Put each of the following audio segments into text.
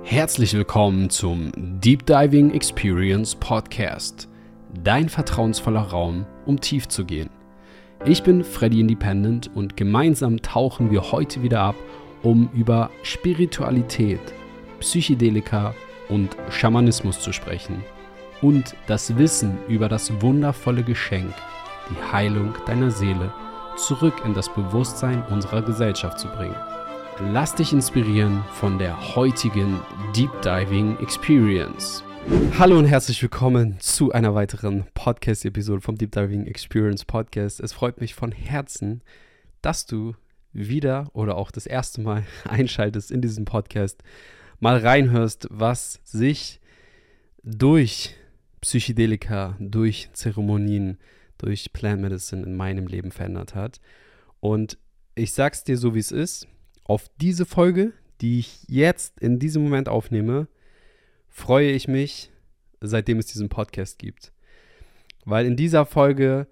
Herzlich willkommen zum Deep Diving Experience Podcast, dein vertrauensvoller Raum, um tief zu gehen. Ich bin Freddy Independent und gemeinsam tauchen wir heute wieder ab, um über Spiritualität, Psychedelika und Schamanismus zu sprechen und das Wissen über das wundervolle Geschenk, die Heilung deiner Seele, zurück in das Bewusstsein unserer Gesellschaft zu bringen. Lass dich inspirieren von der heutigen Deep Diving Experience. Hallo und herzlich willkommen zu einer weiteren Podcast-Episode vom Deep Diving Experience Podcast. Es freut mich von Herzen, dass du wieder oder auch das erste Mal einschaltest in diesen Podcast, mal reinhörst, was sich durch Psychedelika, durch Zeremonien, durch Plant Medicine in meinem Leben verändert hat. Und ich sag's dir so, wie es ist. Auf diese Folge, die ich jetzt in diesem Moment aufnehme, freue ich mich, seitdem es diesen Podcast gibt. Weil in dieser Folge,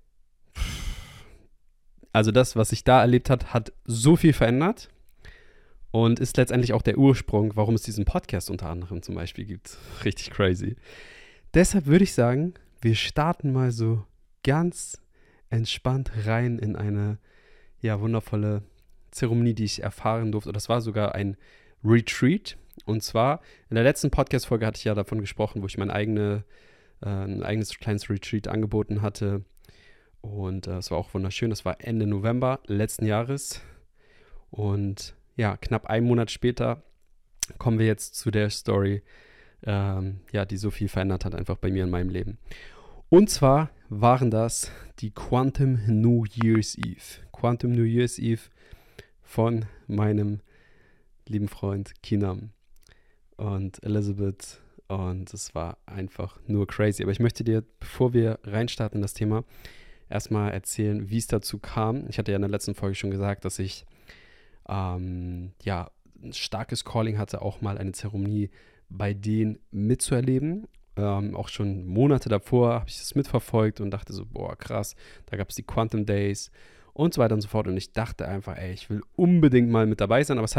also das, was sich da erlebt hat, hat so viel verändert und ist letztendlich auch der Ursprung, warum es diesen Podcast unter anderem zum Beispiel gibt. Richtig crazy. Deshalb würde ich sagen, wir starten mal so ganz entspannt rein in eine wundervolle Zeremonie, die ich erfahren durfte. Das war sogar ein Retreat. Und zwar, in der letzten Podcast-Folge hatte ich ja davon gesprochen, wo ich ein eigenes kleines Retreat angeboten hatte. Und es war auch wunderschön. Das war Ende November letzten Jahres. Und ja, knapp einen Monat später kommen wir jetzt zu der Story, die so viel verändert hat einfach bei mir in meinem Leben. Und zwar waren das die Quantum New Year's Eve. Quantum New Year's Eve von meinem lieben Freund Kinam und Elizabeth, und es war einfach nur crazy. Aber ich möchte dir, bevor wir reinstarten in das Thema, erstmal erzählen, wie es dazu kam. Ich hatte ja in der letzten Folge schon gesagt, dass ich ein starkes Calling hatte, auch mal eine Zeremonie bei denen mitzuerleben. Auch schon Monate davor habe ich das mitverfolgt und dachte so, boah, krass, da gab es die Quantum Days und so weiter und so fort. Und ich dachte einfach, ich will unbedingt mal mit dabei sein, aber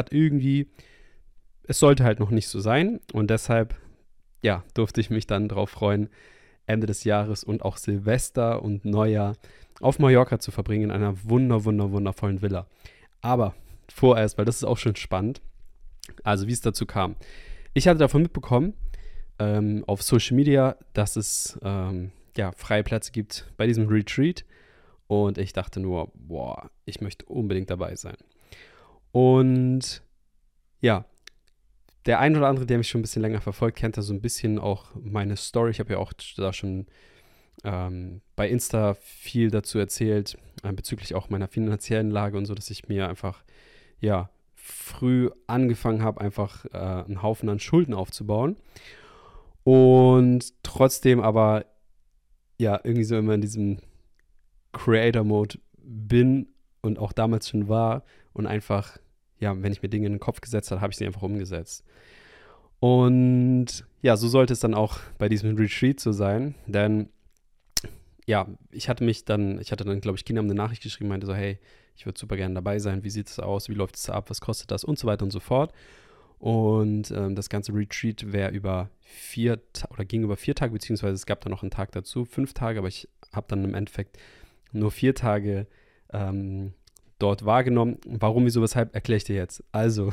es sollte halt noch nicht so sein. Und deshalb, durfte ich mich dann darauf freuen, Ende des Jahres und auch Silvester und Neujahr auf Mallorca zu verbringen, in einer wundervollen Villa. Aber vorerst, weil das ist auch schon spannend, also wie es dazu kam. Ich hatte davon mitbekommen, auf Social Media, dass es freie Plätze gibt bei diesem Retreat. Und ich dachte nur, boah, ich möchte unbedingt dabei sein. Und ja, der ein oder andere, der mich schon ein bisschen länger verfolgt, kennt da so ein bisschen auch meine Story. Ich habe ja auch da schon bei Insta viel dazu erzählt, bezüglich auch meiner finanziellen Lage und so, dass ich mir einfach, früh angefangen habe, einfach einen Haufen an Schulden aufzubauen. Und trotzdem aber, irgendwie so immer in diesem Creator-Mode bin und auch damals schon war und einfach, wenn ich mir Dinge in den Kopf gesetzt habe, habe ich sie einfach umgesetzt. Und so sollte es dann auch bei diesem Retreat so sein, denn ich hatte dann, glaube ich, Kinam eine Nachricht geschrieben, meinte so, hey, ich würde super gerne dabei sein, wie sieht es aus, wie läuft es ab, was kostet das und so weiter und so fort. Und das ganze Retreat ging über 4 Tage, beziehungsweise es gab dann noch einen Tag dazu, 5 Tage, aber ich habe dann im Endeffekt nur 4 Tage dort wahrgenommen. Warum, wieso, weshalb, erkläre ich dir jetzt. Also,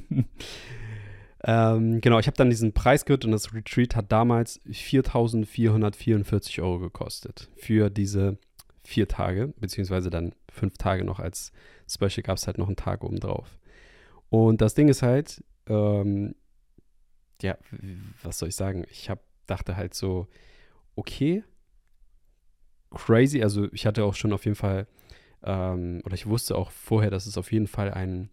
genau, ich habe dann diesen Preis gehört und das Retreat hat damals 4.444 € gekostet für diese 4 Tage, beziehungsweise dann 5 Tage noch als Special, gab es halt noch einen Tag obendrauf. Und das Ding ist halt, was soll ich sagen, dachte halt so, okay, crazy, also ich hatte auch schon auf jeden Fall, oder ich wusste auch vorher, dass es auf jeden Fall ein,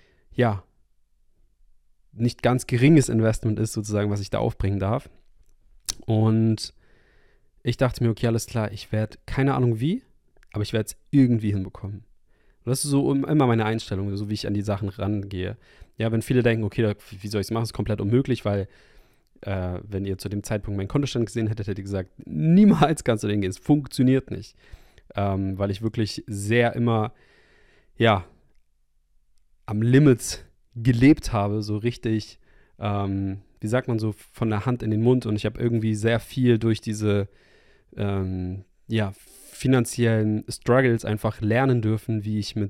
nicht ganz geringes Investment ist, sozusagen, was ich da aufbringen darf. Und ich dachte mir, okay, alles klar, ich werde, keine Ahnung wie, aber ich werde es irgendwie hinbekommen. Und das ist so immer meine Einstellung, so wie ich an die Sachen rangehe. Ja, wenn viele denken, okay, wie soll ich es machen, ist komplett unmöglich, weil wenn ihr zu dem Zeitpunkt meinen Kontostand gesehen hättet, hättet ihr gesagt, niemals kannst du den gehen, es funktioniert nicht. Weil ich wirklich sehr immer, am Limit gelebt habe, so richtig wie sagt man so, von der Hand in den Mund und ich habe irgendwie sehr viel durch diese finanziellen Struggles einfach lernen dürfen, wie ich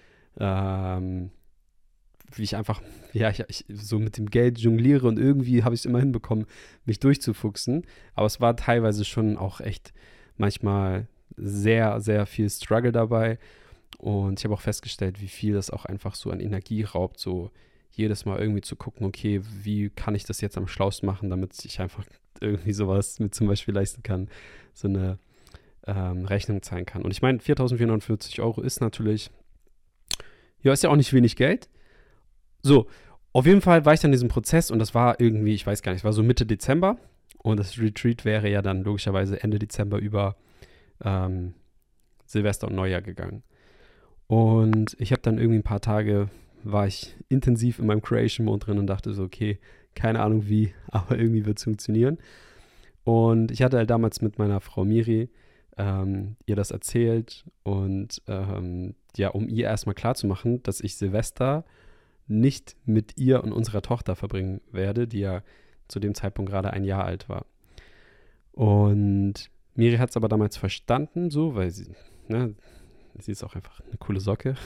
einfach, ich so mit dem Geld jongliere und irgendwie habe ich es immer hinbekommen, mich durchzufuchsen. Aber es war teilweise schon auch echt manchmal sehr, sehr viel Struggle dabei. Und ich habe auch festgestellt, wie viel das auch einfach so an Energie raubt, so jedes Mal irgendwie zu gucken, okay, wie kann ich das jetzt am schlausten machen, damit ich einfach irgendwie sowas mit zum Beispiel leisten kann, so eine Rechnung zahlen kann. Und ich meine, 4.440 € ist natürlich, ist ja auch nicht wenig Geld. So, auf jeden Fall war ich dann in diesem Prozess und das war irgendwie, ich weiß gar nicht, war so Mitte Dezember und das Retreat wäre ja dann logischerweise Ende Dezember über Silvester und Neujahr gegangen. Und ich habe dann irgendwie ein paar Tage, war ich intensiv in meinem Creation-Mode drin und dachte so, okay, keine Ahnung wie, aber irgendwie wird es funktionieren. Und ich hatte halt damals mit meiner Frau Miri ihr das erzählt und um ihr erstmal klarzumachen, dass ich Silvester nicht mit ihr und unserer Tochter verbringen werde, die ja zu dem Zeitpunkt gerade 1 Jahr alt war. Und Miri hat es aber damals verstanden, so, weil sie ist auch einfach eine coole Socke.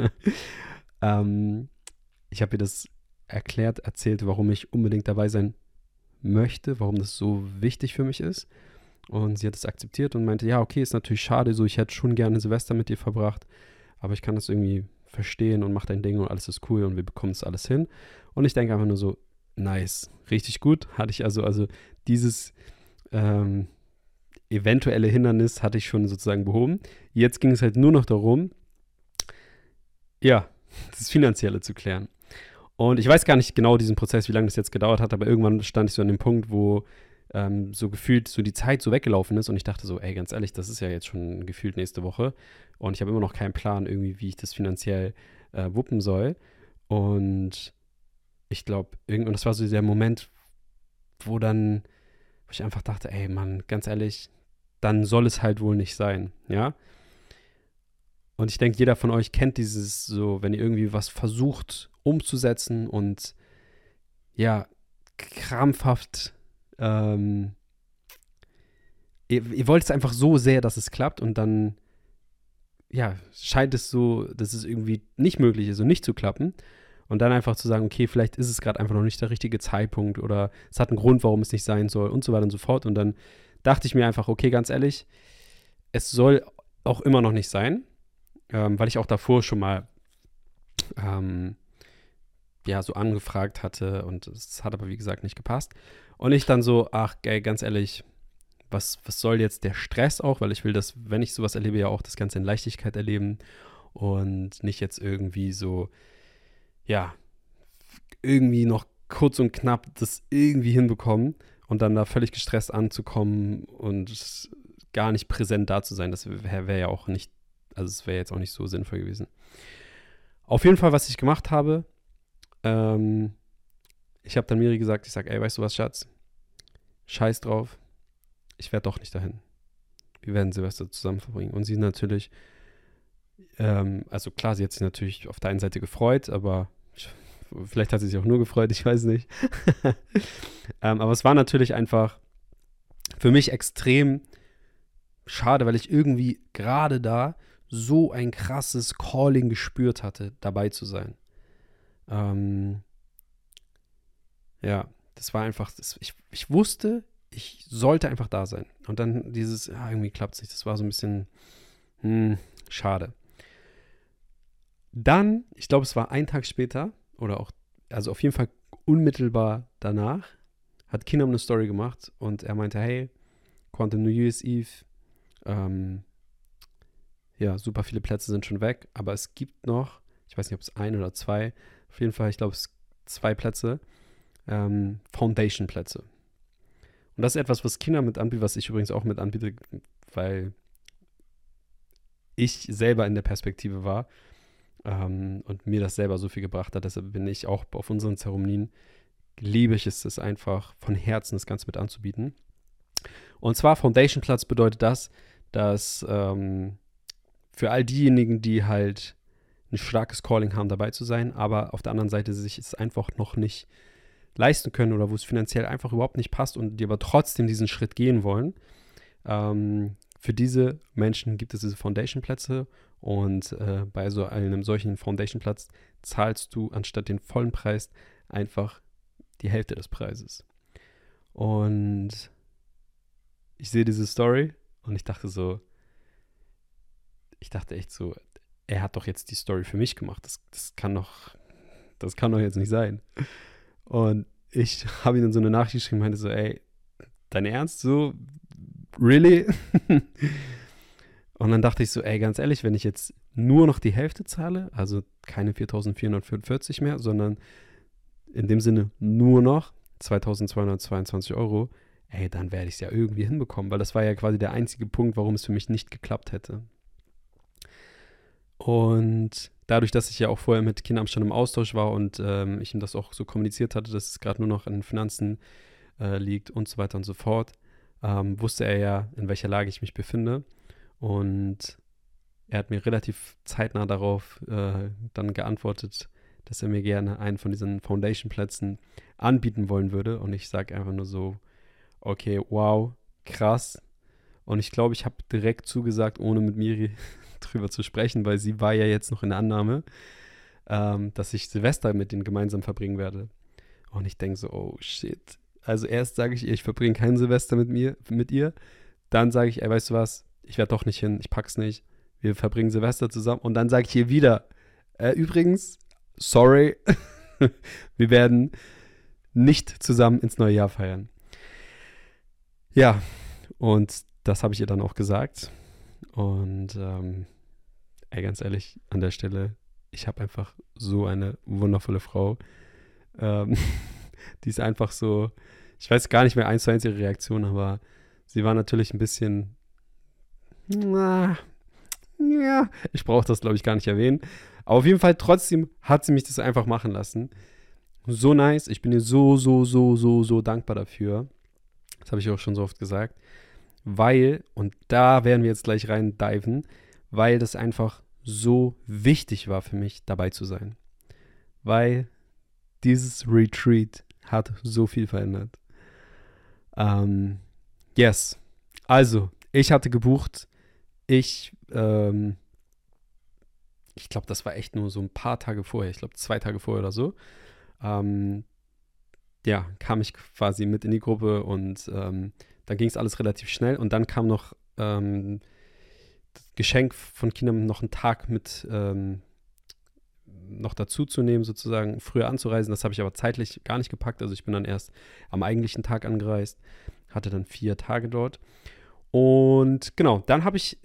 Ich habe ihr das erzählt, warum ich unbedingt dabei sein möchte, warum das so wichtig für mich ist. Und sie hat es akzeptiert und meinte, ja, okay, ist natürlich schade, so, ich hätte schon gerne Silvester mit dir verbracht, aber ich kann das irgendwie verstehen und mach dein Ding und alles ist cool und wir bekommen es alles hin. Und ich denke einfach nur so, nice, richtig gut. Hatte ich also dieses eventuelle Hindernis hatte ich schon sozusagen behoben. Jetzt ging es halt nur noch darum, das Finanzielle zu klären. Und ich weiß gar nicht genau diesen Prozess, wie lange das jetzt gedauert hat, aber irgendwann stand ich so an dem Punkt, wo so gefühlt so die Zeit so weggelaufen ist und ich dachte so, ey, ganz ehrlich, das ist ja jetzt schon gefühlt nächste Woche und ich habe immer noch keinen Plan irgendwie, wie ich das finanziell wuppen soll. Und ich glaube, irgendwann, das war so der Moment, wo ich einfach dachte, ey, Mann, ganz ehrlich, dann soll es halt wohl nicht sein, ja? Und ich denke, jeder von euch kennt dieses so, wenn ihr irgendwie was versucht umzusetzen und krampfhaft ihr wollt es einfach so sehr, dass es klappt und dann scheint es so, dass es irgendwie nicht möglich ist und nicht zu klappen. Und dann einfach zu sagen, okay, vielleicht ist es gerade einfach noch nicht der richtige Zeitpunkt oder es hat einen Grund, warum es nicht sein soll und so weiter und so fort. Und dann dachte ich mir einfach, okay, ganz ehrlich, es soll auch immer noch nicht sein, weil ich auch davor schon mal so angefragt hatte und es hat aber, wie gesagt, nicht gepasst. Und ich dann so, ach, geil, ganz ehrlich, was soll jetzt der Stress auch? Weil ich will das, wenn ich sowas erlebe, ja auch das Ganze in Leichtigkeit erleben und nicht jetzt irgendwie so, irgendwie noch kurz und knapp das irgendwie hinbekommen und dann da völlig gestresst anzukommen und gar nicht präsent da zu sein. Das wäre ja auch nicht, also es wäre jetzt auch nicht so sinnvoll gewesen. Auf jeden Fall, was ich gemacht habe, ich habe dann Miri gesagt, ich sage, ey, weißt du was, Schatz? Scheiß drauf. Ich werde doch nicht dahin. Wir werden Silvester zusammen verbringen. Und sie natürlich, also klar, sie hat sich natürlich auf der einen Seite gefreut, aber vielleicht hat sie sich auch nur gefreut, ich weiß nicht. Aber es war natürlich einfach für mich extrem schade, weil ich irgendwie gerade da so ein krasses Calling gespürt hatte, dabei zu sein. Das war einfach, ich wusste, ich sollte einfach da sein. Und dann dieses, irgendwie klappt es nicht. Das war so ein bisschen schade. Dann, ich glaube, es war 1 Tag später oder auch, also auf jeden Fall unmittelbar danach, hat Kinam eine Story gemacht und er meinte, hey, Quantum New Year's Eve, super viele Plätze sind schon weg, aber es gibt noch, ich weiß nicht, ob es 1 oder 2, auf jeden Fall, ich glaube, es 2 Plätze, Foundation-Plätze. Und das ist etwas, was Kinam mit anbietet, was ich übrigens auch mit anbiete, weil ich selber in der Perspektive war und mir das selber so viel gebracht hat. Deshalb bin ich auch auf unseren Zeremonien, liebe ich es einfach von Herzen, das Ganze mit anzubieten. Und zwar Foundation-Platz bedeutet das, dass für all diejenigen, die halt ein starkes Calling haben, dabei zu sein, aber auf der anderen Seite sich es einfach noch nicht leisten können oder wo es finanziell einfach überhaupt nicht passt und die aber trotzdem diesen Schritt gehen wollen. Für diese Menschen gibt es diese Foundation-Plätze und bei so einem solchen Foundation-Platz zahlst du anstatt den vollen Preis einfach die Hälfte des Preises. Und ich sehe diese Story und ich dachte echt so, er hat doch jetzt die Story für mich gemacht. Das kann doch jetzt nicht sein. Und ich habe ihm dann so eine Nachricht geschrieben und meinte so, ey, dein Ernst? So? Really? Und dann dachte ich so, ey, ganz ehrlich, wenn ich jetzt nur noch die Hälfte zahle, also keine 4.445 mehr, sondern in dem Sinne nur noch 2.222 Euro, ey, dann werde ich es ja irgendwie hinbekommen, weil das war ja quasi der einzige Punkt, warum es für mich nicht geklappt hätte. Und dadurch, dass ich ja auch vorher mit Kindern schon im Austausch war und ich ihm das auch so kommuniziert hatte, dass es gerade nur noch an Finanzen liegt und so weiter und so fort, wusste er ja, in welcher Lage ich mich befinde. Und er hat mir relativ zeitnah darauf dann geantwortet, dass er mir gerne einen von diesen Foundation-Plätzen anbieten wollen würde. Und ich sage einfach nur so, okay, wow, krass. Und ich glaube, ich habe direkt zugesagt, ohne mit Miri drüber zu sprechen, weil sie war ja jetzt noch in der Annahme, dass ich Silvester mit denen gemeinsam verbringen werde. Und ich denke so, oh shit. Also erst sage ich ihr, ich verbringe kein Silvester mit ihr. Dann sage ich, ey, weißt du was, ich werde doch nicht hin, ich pack's nicht. Wir verbringen Silvester zusammen. Und dann sage ich ihr wieder, übrigens, sorry, wir werden nicht zusammen ins neue Jahr feiern. Ja, und das habe ich ihr dann auch gesagt. Und ey, ganz ehrlich, an der Stelle, ich habe einfach so eine wundervolle Frau. Die ist einfach so, ich weiß gar nicht mehr 1:1 ihre Reaktion, aber sie war natürlich ein bisschen, ja, ich brauche das, glaube ich, gar nicht erwähnen. Aber auf jeden Fall trotzdem hat sie mich das einfach machen lassen. So nice, ich bin ihr so dankbar dafür. Das habe ich auch schon so oft gesagt. Weil, und da werden wir jetzt gleich rein diven, weil das einfach so wichtig war für mich, dabei zu sein. Weil dieses Retreat hat so viel verändert. Yes. Also, ich hatte gebucht. Ich glaube, das war echt nur so ein paar Tage vorher. Ich glaube, 2 Tage vorher oder so. Kam ich quasi mit in die Gruppe und dann ging es alles relativ schnell. Und dann kam noch das Geschenk von Kindern noch einen Tag mit noch dazu zu nehmen, sozusagen früher anzureisen. Das habe ich aber zeitlich gar nicht gepackt. Also ich bin dann erst am eigentlichen Tag angereist, hatte dann 4 Tage dort. Und genau, dann habe ich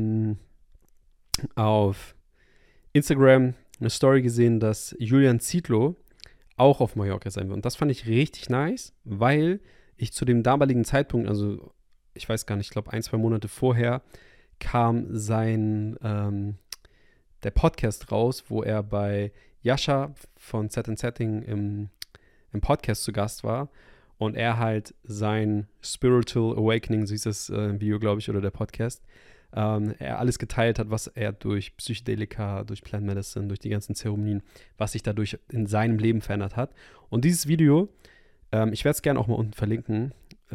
auf Instagram eine Story gesehen, dass Julian Zietlow auch auf Mallorca sein wird. Und das fand ich richtig nice, weil ich zu dem damaligen Zeitpunkt, also ich weiß gar nicht, ich glaube 1-2 Monate vorher, kam der Podcast raus, wo er bei Jascha von Set and Setting im Podcast zu Gast war und er halt sein Spiritual Awakening, so hieß das Video, glaube ich, oder der Podcast, er alles geteilt hat, was er durch Psychedelika, durch Plant Medicine, durch die ganzen Zeremonien, was sich dadurch in seinem Leben verändert hat. Und dieses Video, ich werde es gerne auch mal unten verlinken,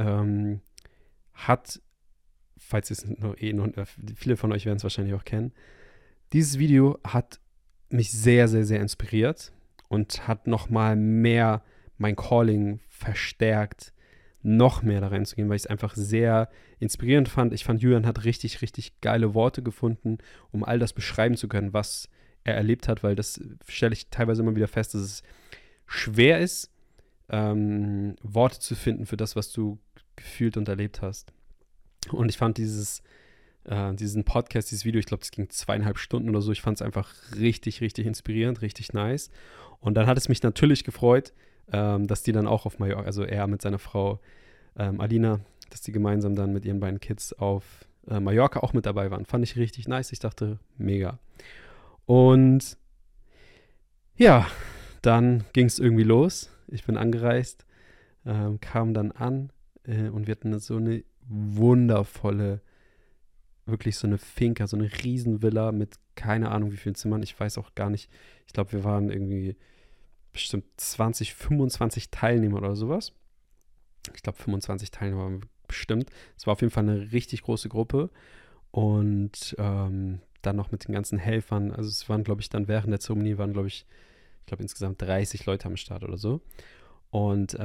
hat, falls ihr es viele von euch werden es wahrscheinlich auch kennen, dieses Video hat mich sehr, sehr, sehr inspiriert und hat nochmal mehr mein Calling verstärkt, noch mehr da reinzugehen, weil ich es einfach sehr inspirierend fand. Ich fand, Julian hat richtig, richtig geile Worte gefunden, um all das beschreiben zu können, was er erlebt hat, weil das stelle ich teilweise immer wieder fest, dass es schwer ist, Worte zu finden für das, was du gefühlt und erlebt hast. Und ich fand diesen Podcast, dieses Video, ich glaube, das ging 2,5 Stunden oder so. Ich fand es einfach richtig, richtig inspirierend, richtig nice. Und dann hat es mich natürlich gefreut, dass die dann auch auf Mallorca, also er mit seiner Frau Alina, dass die gemeinsam dann mit ihren beiden Kids auf Mallorca auch mit dabei waren. Fand ich richtig nice. Ich dachte, mega. Und ja, dann ging es irgendwie los. Ich bin angereist, kam dann an und wir hatten so eine wundervolle, wirklich so eine Finca, so eine Riesenvilla mit keine Ahnung wie vielen Zimmern. Ich weiß auch gar nicht. Ich glaube, wir waren irgendwie bestimmt 20, 25 Teilnehmer oder sowas. Ich glaube 25 Teilnehmer bestimmt. Es war auf jeden Fall eine richtig große Gruppe. Und dann noch mit den ganzen Helfern. Also es waren, glaube ich, dann während der Zeremonie waren, glaube ich glaube insgesamt 30 Leute am Start oder so. Und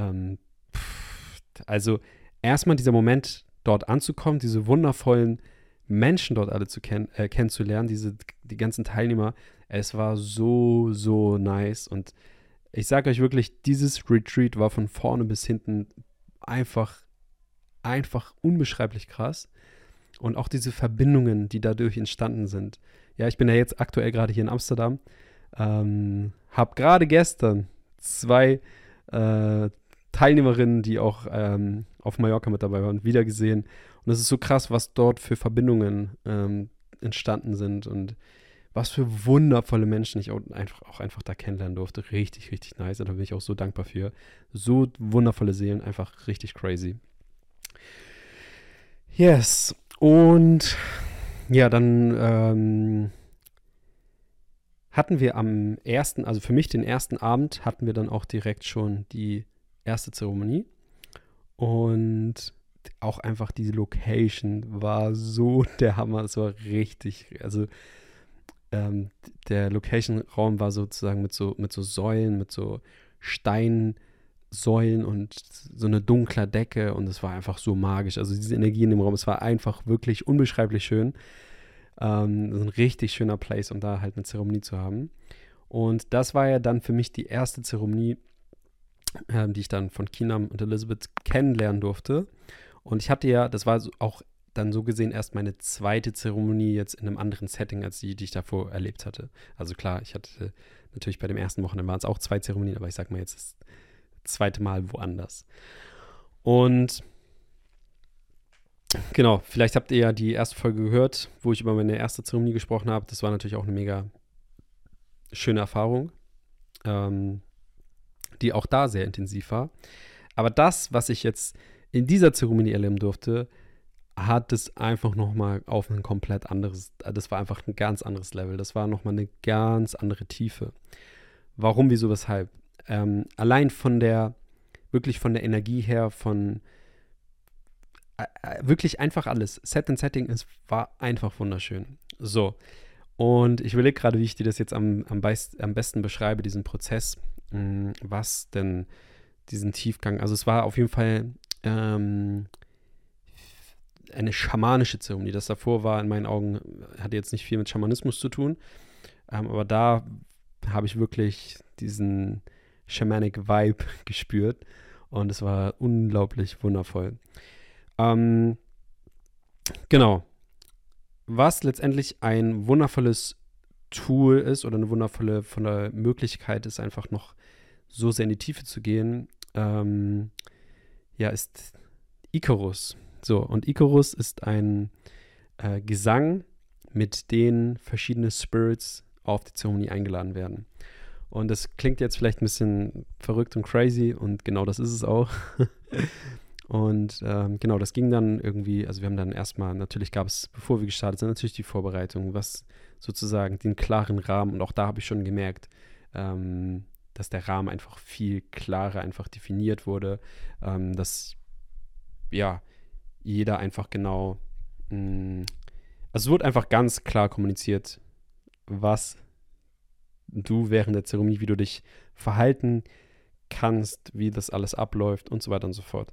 also erstmal dieser Moment, dort anzukommen, diese wundervollen Menschen dort alle kennenzulernen, die ganzen Teilnehmer, es war so, so nice. Und ich sage euch wirklich, dieses Retreat war von vorne bis hinten einfach unbeschreiblich krass. Und auch diese Verbindungen, die dadurch entstanden sind. Ja, ich bin ja jetzt aktuell gerade hier in Amsterdam. Habe gerade gestern 2 Teilnehmerinnen, die auch auf Mallorca mit dabei waren, wiedergesehen. Und es ist so krass, was dort für Verbindungen entstanden sind und was für wundervolle Menschen ich auch einfach da kennenlernen durfte. Richtig, richtig nice. Und da bin ich auch so dankbar für. So wundervolle Seelen, einfach richtig crazy. Yes. Und ja, dann hatten wir am ersten, also für mich den ersten Abend, hatten wir dann auch direkt schon die erste Zeremonie. Und auch einfach die Location war so der Hammer. Es war richtig, also der Location-Raum war sozusagen mit so Säulen, mit so Steinsäulen und so eine dunkle Decke und es war einfach so magisch. Also diese Energie in dem Raum, es war einfach wirklich unbeschreiblich schön. Ein richtig schöner Place, um da halt eine Zeremonie zu haben. Und das war ja dann für mich die erste Zeremonie, die ich dann von Kinam und Elizabeth kennenlernen durfte. Und ich hatte ja, das war auch dann so gesehen erst meine zweite Zeremonie jetzt in einem anderen Setting, als die ich davor erlebt hatte. Also klar, ich hatte natürlich bei dem ersten Wochenende waren es auch 2 Zeremonien, aber ich sag mal jetzt das zweite Mal woanders. Und genau, vielleicht habt ihr ja die erste Folge gehört, wo ich über meine erste Zeremonie gesprochen habe. Das war natürlich auch eine mega schöne Erfahrung, die auch da sehr intensiv war. Aber das, was ich jetzt in dieser Zeremonie erleben durfte, hat es einfach nochmal auf ein komplett anderes, das war einfach ein ganz anderes Level. Das war nochmal eine ganz andere Tiefe. Warum, wieso, weshalb? Allein wirklich von der Energie her, von wirklich einfach alles. Set and Setting, es war einfach wunderschön. So, und ich überlege gerade, wie ich dir das jetzt am besten beschreibe, diesen Prozess, was denn diesen Tiefgang, also es war auf jeden Fall eine schamanische Zeremonie. Das davor war in meinen Augen, hatte jetzt nicht viel mit Schamanismus zu tun, aber da habe ich wirklich diesen Shamanic Vibe gespürt und es war unglaublich wundervoll. Genau. Was letztendlich ein wundervolles Tool ist oder eine wundervolle von der Möglichkeit ist, einfach noch so sehr in die Tiefe zu gehen, ist Icarus. So, und Icarus ist ein Gesang, mit dem verschiedene Spirits auf die Zeremonie eingeladen werden. Und das klingt jetzt vielleicht ein bisschen verrückt und crazy und genau das ist es auch. Und genau, das ging dann irgendwie, also wir haben dann erstmal, natürlich gab es, bevor wir gestartet sind, natürlich die Vorbereitung, was sozusagen den klaren Rahmen, und auch da habe ich schon gemerkt, dass der Rahmen einfach viel klarer einfach definiert wurde, dass ja, jeder einfach genau, also es wurde einfach ganz klar kommuniziert, was du während der Zeremonie, wie du dich verhalten kannst, wie das alles abläuft und so weiter und so fort.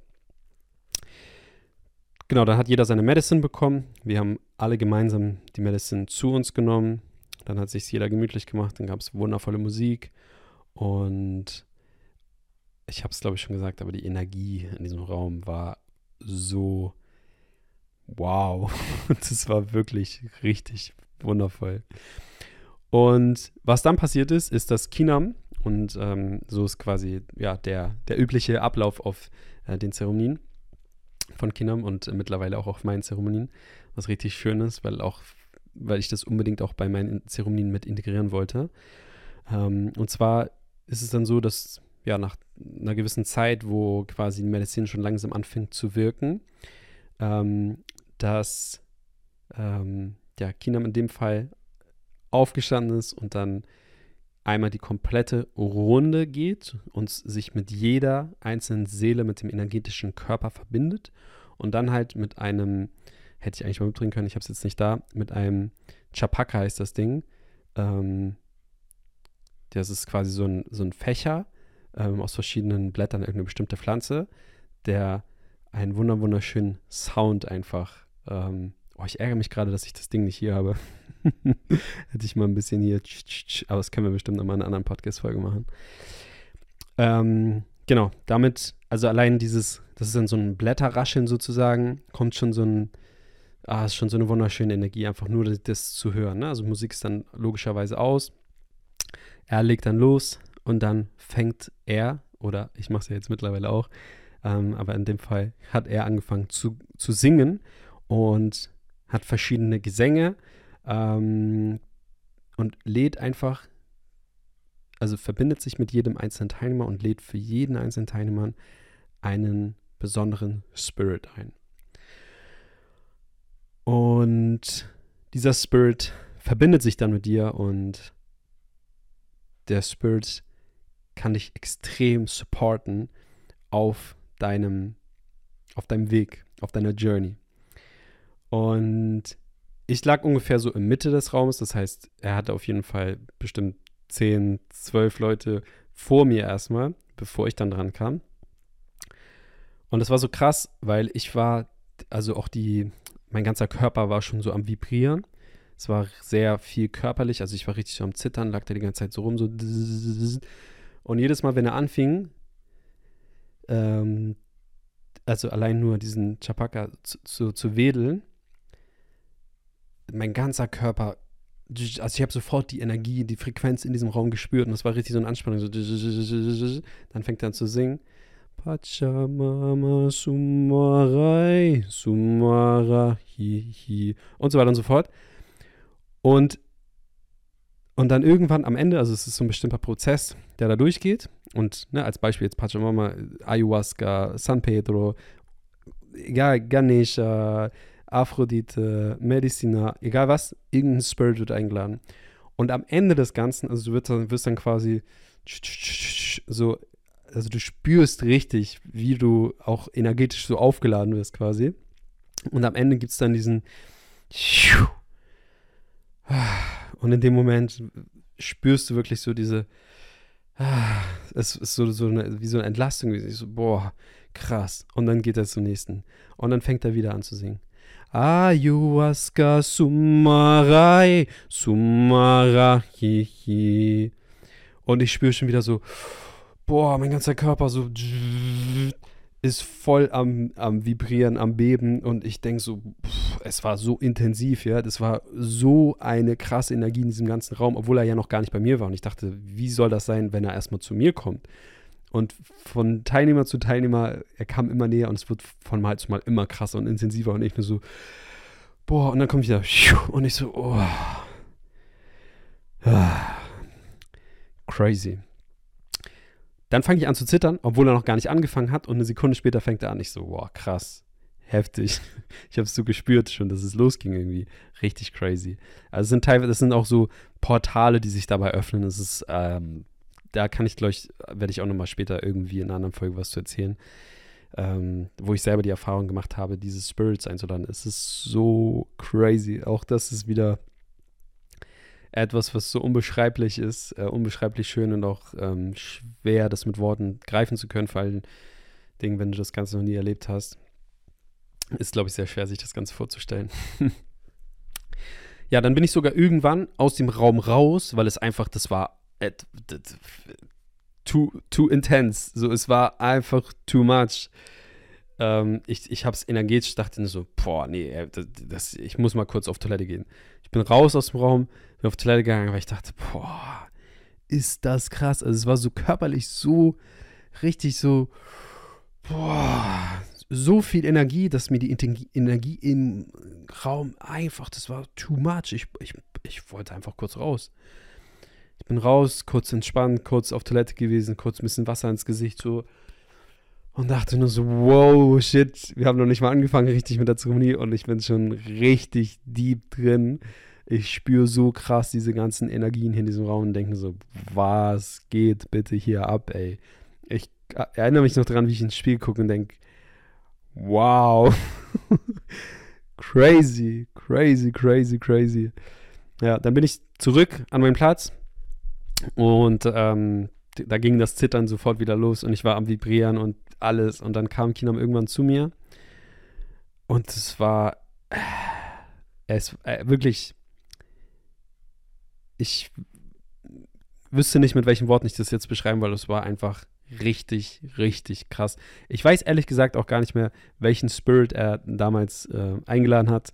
Genau, dann hat jeder seine Medicine bekommen. Wir haben alle gemeinsam die Medicine zu uns genommen. Dann hat sich jeder gemütlich gemacht. Dann gab es wundervolle Musik. Und ich habe es, glaube ich, schon gesagt, aber die Energie in diesem Raum war so wow. Das war wirklich richtig wundervoll. Und was dann passiert ist, dass Kinam, und so ist quasi ja, der übliche Ablauf auf den Zeremonien von Kinam und mittlerweile auch auf meinen Zeremonien, was richtig schön ist, weil ich das unbedingt auch bei meinen Zeremonien mit integrieren wollte. Und zwar ist es dann so, dass ja nach einer gewissen Zeit, wo quasi die Medizin schon langsam anfängt zu wirken, dass Kinam in dem Fall aufgestanden ist und dann einmal die komplette Runde geht und sich mit jeder einzelnen Seele, mit dem energetischen Körper verbindet und dann halt mit einem, hätte ich eigentlich mal mitbringen können, ich habe es jetzt nicht da, mit einem Chapaka heißt das Ding. Das ist quasi so ein Fächer aus verschiedenen Blättern, irgendeine bestimmte Pflanze, der einen wunderschönen Sound einfach. Ich ärgere mich gerade, dass ich das Ding nicht hier habe. Hätte ich mal ein bisschen hier, aber das können wir bestimmt nochmal in einer anderen Podcast-Folge machen. Genau, damit, also allein das ist dann so ein Blätterrascheln sozusagen, kommt schon ist schon so eine wunderschöne Energie, einfach nur das zu hören. Ne? Also Musik ist dann logischerweise aus. Er legt dann los und dann fängt er, oder ich mache es ja jetzt mittlerweile auch, aber in dem Fall hat er angefangen zu singen und hat verschiedene Gesänge und lädt einfach, also verbindet sich mit jedem einzelnen Teilnehmer und lädt für jeden einzelnen Teilnehmer einen besonderen Spirit ein. Und dieser Spirit verbindet sich dann mit dir und der Spirit kann dich extrem supporten auf deinem Weg, auf deiner Journey. Und ich lag ungefähr so in Mitte des Raumes, das heißt, er hatte auf jeden Fall bestimmt 10, 12 Leute vor mir erstmal, bevor ich dann dran kam. Und das war so krass, weil ich war, also auch mein ganzer Körper war schon so am Vibrieren. Es war sehr viel körperlich, also ich war richtig so am Zittern, lag da die ganze Zeit so rum, so. Und jedes Mal, wenn er anfing, also allein nur diesen Chapaka zu wedeln, mein ganzer Körper, also ich habe sofort die Energie, die Frequenz in diesem Raum gespürt und das war richtig so eine Anspannung, so. Dann fängt er an zu singen. Pachamama Sumarai, Sumara hi und so weiter und so fort. Und dann irgendwann am Ende, also es ist so ein bestimmter Prozess, der da durchgeht. Und als Beispiel jetzt Pachamama, Ayahuasca, San Pedro, egal, Ganesha, Aphrodite, Medicina, egal was, irgendein Spirit wird eingeladen. Und am Ende des Ganzen, also du wirst dann quasi so, also du spürst richtig, wie du auch energetisch so aufgeladen wirst quasi. Und am Ende gibt es dann diesen und in dem Moment spürst du wirklich so diese, es ist so wie so eine Entlastung, wie so, boah, krass. Und dann geht er zum nächsten. Und dann fängt er wieder an zu singen. Ayahuasca Sumarai, Sumara hi. Und ich spüre schon wieder so, boah, mein ganzer Körper so ist voll am Vibrieren, am Beben und ich denke so, es war so intensiv, ja, das war so eine krasse Energie in diesem ganzen Raum, obwohl er ja noch gar nicht bei mir war und ich dachte, wie soll das sein, wenn er erstmal zu mir kommt? Und von Teilnehmer zu Teilnehmer, er kam immer näher und es wird von Mal zu Mal immer krasser und intensiver und ich nur so, boah, und dann kommt wieder und ich so, oh, crazy. Dann fange ich an zu zittern, obwohl er noch gar nicht angefangen hat und eine Sekunde später fängt er an. Ich so, wow, krass, heftig. Ich habe es so gespürt schon, dass es losging irgendwie. Richtig crazy. Also das sind auch so Portale, die sich dabei öffnen. Das ist, da kann ich, glaube ich, werde ich auch nochmal später irgendwie in einer anderen Folge was zu erzählen, wo ich selber die Erfahrung gemacht habe, diese Spirits einzuladen. Es ist so crazy. Auch das ist wieder etwas, was so unbeschreiblich ist, unbeschreiblich schön und auch schwer, das mit Worten greifen zu können, vor allen Dingen, wenn du das Ganze noch nie erlebt hast. Ist, glaube ich, sehr schwer, sich das Ganze vorzustellen. Ja, dann bin ich sogar irgendwann aus dem Raum raus, weil es einfach, das war too intense. So, es war einfach too much. Ich habe es energetisch, dachte so, boah, nee, ich muss mal kurz auf Toilette gehen. Ich bin raus aus dem Raum, bin auf Toilette gegangen, weil ich dachte, boah, ist das krass. Also es war so körperlich so, richtig so, boah, so viel Energie, dass mir die Energie im Raum einfach, das war too much. Ich wollte einfach kurz raus. Ich bin raus, kurz entspannt, kurz auf Toilette gewesen, kurz ein bisschen Wasser ins Gesicht, so. Und dachte nur so, wow, shit, wir haben noch nicht mal angefangen richtig mit der Zeremonie und ich bin schon richtig deep drin. Ich spüre so krass diese ganzen Energien hier in diesem Raum und denke mir so, was geht bitte hier ab, ey. Ich erinnere mich noch daran, wie ich ins Spiel gucke und denke, wow. Crazy, crazy, crazy, crazy. Ja, dann bin ich zurück an meinen Platz und da ging das Zittern sofort wieder los und ich war am Vibrieren und alles. Und dann kam Kinam irgendwann zu mir und es war wirklich, ich wüsste nicht, mit welchen Worten ich das jetzt beschreiben, weil es war einfach richtig, richtig krass. Ich weiß ehrlich gesagt auch gar nicht mehr, welchen Spirit er damals eingeladen hat.